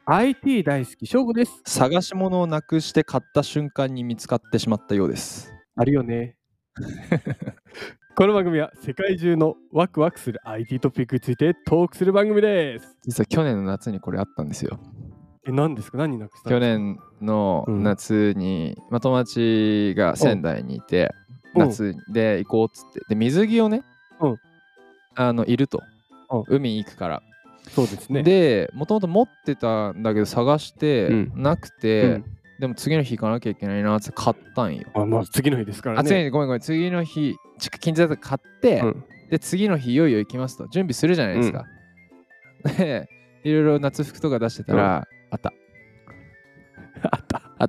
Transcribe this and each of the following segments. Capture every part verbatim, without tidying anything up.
アイティー 大好き翔吾です。 探し物をなくして買った瞬間に見つかってしまったようです。 あるよね。この番組は世界中のワクワクする アイティー トピックについてトークする番組です。 実は去年の夏にこれあったんですよ。 え、何ですか？何なくしたんですか？ 去年の夏に、うん、まあ、友達が仙台にいて、うん、夏で行こうっつって、で水着をね、うん、あのいると、うん、海行くから。 そうですね。 で、もともと持ってたんだけど探してなくて、うんうん、でも次の日行かなきゃいけないなって買ったんよ。 あ、まあ次の日ですからね。 あ、次ごめんごめん、次の日、近所だと買って、うん、で、次の日いよいよ行きますと。準備するじゃないですか。うん、で、いろいろ夏服とか出してたら、うん、あった。 あった。 あった。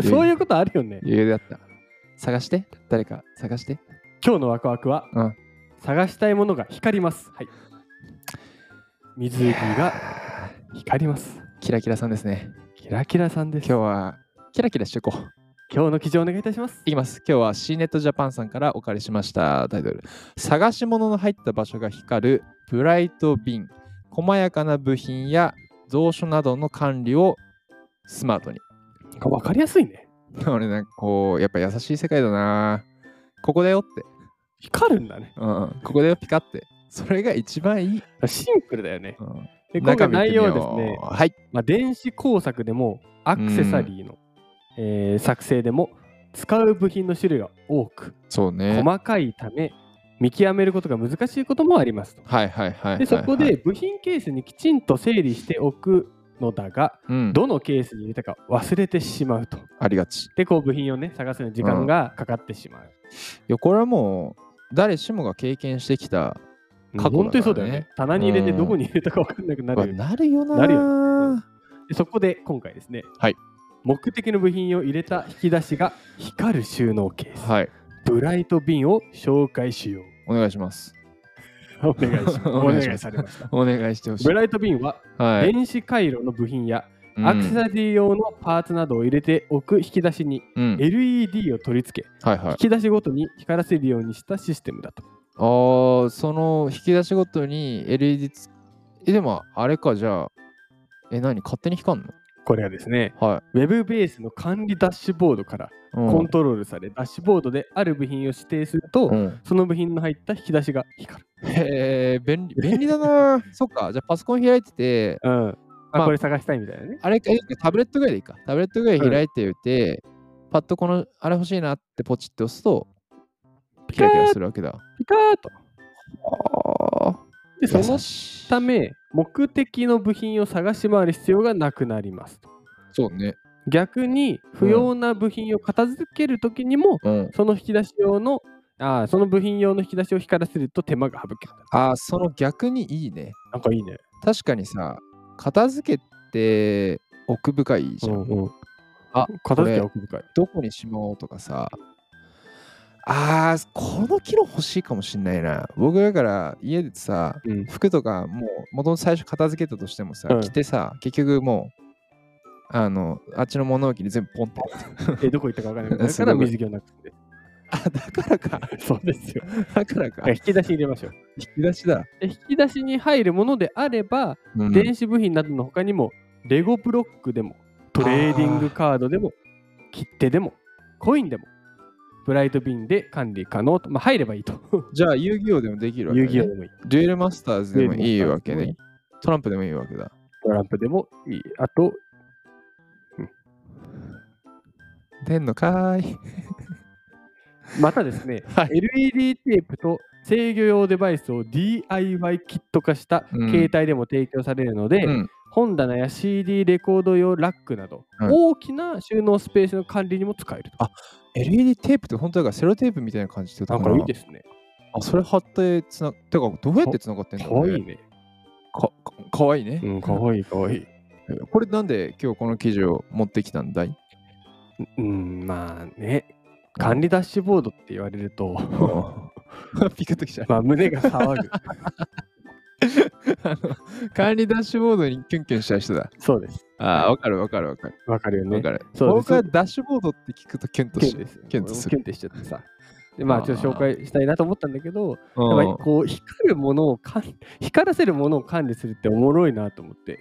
そういうことあるよね。 余裕だった。探して。誰か探して。 今日のワクワクは、うん、探したいものが光ります。はい。水着が光ります。 キラキラさんですね。 キラキラさんです。 今日はキラキラしていこう。 今日の記事をお願いいたします。 いきます。今日は シーネットジャパンさんからお借りしましたタイトル。探し物の入った場所が光るブライトビン。細やかな部品や蔵書などの管理をスマートに。 わかりやすいね。 俺なんかこう、やっぱ優しい世界だな。ここだよって。 光るんだね。 うん。ここだよピカって。それが一番いい。 シンプルだよね。うん、で今回内容はですね、 はい。 まあ、電子工作でもアクセサリーの、えー、作成でも使う部品の種類が多く、 そうね、 細かいため見極めることが難しいこともありますと。 はいはいはいはい、はい。 でそこで部品ケースにきちんと整理しておくのだが、うん、どのケースに入れたか忘れてしまうと。 ありがち。 でこう部品をね探すのに時間がかかってしまう。うん、いやこれはもう誰しもが経験してきた過去だからね。 本当にそうだよね。棚に入れてどこに入れたか分かんなくなるよ、 うん、なるよな。 なるよ、うん、でそこで今回ですね、 はい、 目的の部品を入れた引き出しが光る収納ケース、 はい、 ブライトビンを紹介しよう。お願いします。 お願いします。お願いされました。 お願いしてほしい。 ブライトビンは、はい、電子回路の部品やアクセサリー用のパーツなどを入れておく引き出しに エルイーディー を取り付け、うんはいはい、引き出しごとに光らせるようにしたシステムだと。 ああ、その引き出しごとに エルイーディー つえ、でもあれか、じゃあ、え、何勝手に光るの？ これはですね、 はい、 ウェブベースの管理ダッシュボードからコントロールされ、うん、ダッシュボードである部品を指定すると、うん、その部品の入った引き出しが光る。 へえ、便利、便利だな。そっか、じゃあパソコン開いてて、 うん、あ、まあ、これ探したいみたいなね。 あれ、タブレットぐらいでいいか。タブレットぐらい開いておいて、うん、パッとこの、あれ欲しいなってポチって押すと、キラキラするわけだ。 ピカーッと。でそのため目的の部品を探し回る必要がなくなりますと。 そうね。 逆に不要な部品を片付けるときにも、うん、その引き出し用のあその部品用の引き出しを光らせると手間が省ける。 ああ、その逆にいいね。 なんかいいね。 確かにさ、片付けて奥深いじゃん。うんうん、あ、 片付け奥深い。 どこにしまおうとかさ。あー、この機能欲しいかもしんないな。僕だから家でさ、うん、服とかもう元々最初片付けたとしてもさ、うん、着てさ、結局もうあのあっちの物置に全部ポンってえ、どこ行ったか分からないだから水着をなくて。 あ、だからか。 そうですよ。 だからか。 引き出し入れましょう。 引き出しだ。 引き出しに入るものであれば、うん、電子部品などの他にもレゴブロックでもトレーディングカードでも切手でもコインでもブライトビンで管理可能と、まあ、入ればいいと。 じゃあ遊戯王でもできるわけ、ね、 遊戯王でもいい。 デュエルマスターズでもいいわけね。トランプでもいいわけだ。 トランプでもいい。あと、 うん、出んのかーい。 またですね、はい、エルイーディー テープと制御用デバイスを ディーアイワイ キット化した携帯でも提供されるので、うん、本棚や シーディー レコード用ラックなど、うん、大きな収納スペースの管理にも使える。 あ、エルイーディー テープって本当だからセロテープみたいな感じってことかな。 なんかいいですね。 あ、それ貼ってつな、てかどうやってつながってんだろうね。 かわいいね。 か、かわいいね。 うん、かわいいかわいい。 これなんで今日この記事を持ってきたんだい？ うん、まあね。管理ダッシュボードって言われるとピクッときちゃう。 まあ胸が騒ぐあの管理ダッシュボードにキュンキュンしちゃう人だ。 そうです。 ああ、わかるわかるわかる。 わかるよね。 わかる。 そう僕はダッシュボードって聞くとキュンとしちゃう。 キュンとする。キュンとしちゃってさ。でまあちょっと紹介したいなと思ったんだけど、やっぱりこう光るものをかん光らせるものを管理するっておもろいなと思って。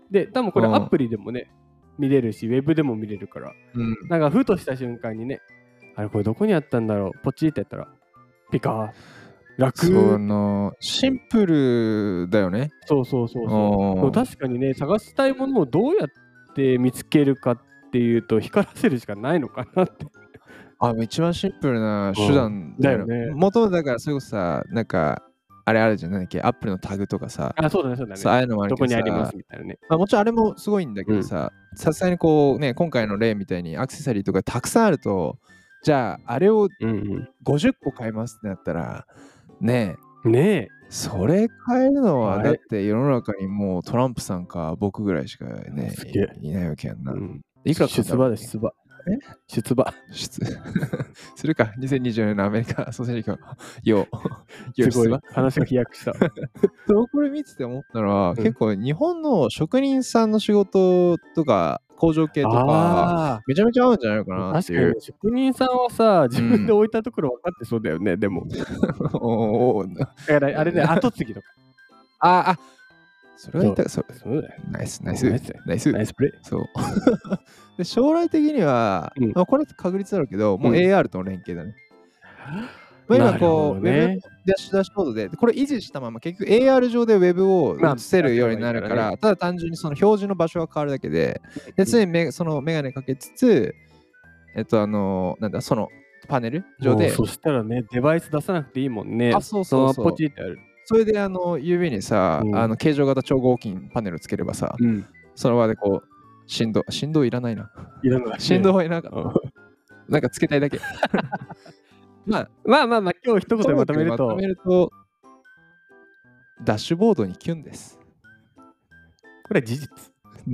で、多分これアプリでもね、見れるし、ウェブでも見れるから、うん、なんかふとした瞬間にね、あれこれどこにあったんだろう、ポチってやったら、ピカー、楽。 そのシンプルだよね。 そうそうそうそう。確かにね、探したいものをどうやって見つけるかっていうと、光らせるしかないのかなって。 あ、一番シンプルな手段だよね。もともとだから、それこそさ、なんか、あれあるじゃないっけ、アップルのタグとかさ。 あ、そうだね、そうだね。 ああいうのもあるけどさ、 どこにありますみたいなね。 まあ、もちろんあれもすごいんだけどさ、さすがにこうね、今回の例みたいにアクセサリーとかたくさんあると、じゃあ、あれをごじゅっこ買いますってなったら、ねえ。ねえ。 それ買えるのは、だって世の中にもうトランプさんか僕ぐらいしかね、いないわけやんな。うん、 いくらか出馬です、出馬。え出馬。 出するか、にせんにじゅうよねんのアメリカ総選挙。よう。すごいわ。話が飛躍した。 これ見てて思ったのは、うん、結構日本の職人さんの仕事とか、工場系とか、めちゃめちゃ合うんじゃないのかなっていう。 確かに職人さんはさ、自分で置いたところ分かってそうだよね、うん、でも。だからあれね、後継ぎとか。 ああ、それは言ったらそうだよ。ナイス、ナイス、ナイス、ナイス、 ナイスプレイ。 そう。で将来的には、うんまあ、これ確率あるけど、もう エーアール との連携だね。うん、まあ、今こう、ね、ウェブダッシュダッシュボードで、これ維持したまま結局 エーアール 上でウェブを映せるようになるから、まあ、ただ単純にその表示の場所が変わるだけで、で常にメそのメガネかけつつ、えっと、あの、なんだ、そのパネル上で。 そしたらね、デバイス出さなくていいもんね。 あ、そうそうそう。 ポチってある。 それであの指にさ、うん、あの形状型超合金パネルつければさ、うん、その場でこう振動振動いらないな。 いらない。 振動はいらなかった。なんかつけたいだけ。 まあまあまあまあ今日一言でまとめると、 まとめるとダッシュボードにキュンです。 これは事実。 うん。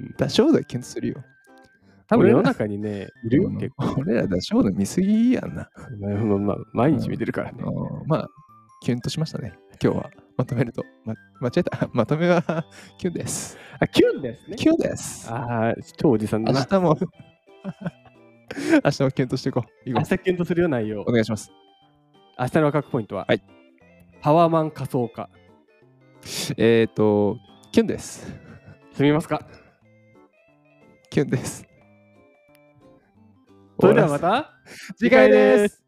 ダッシュボードはキュンとするよ。 多分世の中にね、いるよ結構。 俺らダッシュボード見すぎやんな。 まあまあ毎日見てるからね。 まあキュンとしましたね。今日はまとめると。ま、間違えた。まとめはキュンです。 あ、キュンですね。 キュンです。 ああ、超おじさんだな。 明日も、明日もキュンとしていこう。 明日キュンとするような内容。 お願いします。 明日の各ポイントは、 はい、 パワーマン仮想化。 えっ、ー、と、キュンです。 すみますか？ キュンです。 それではまた次回です。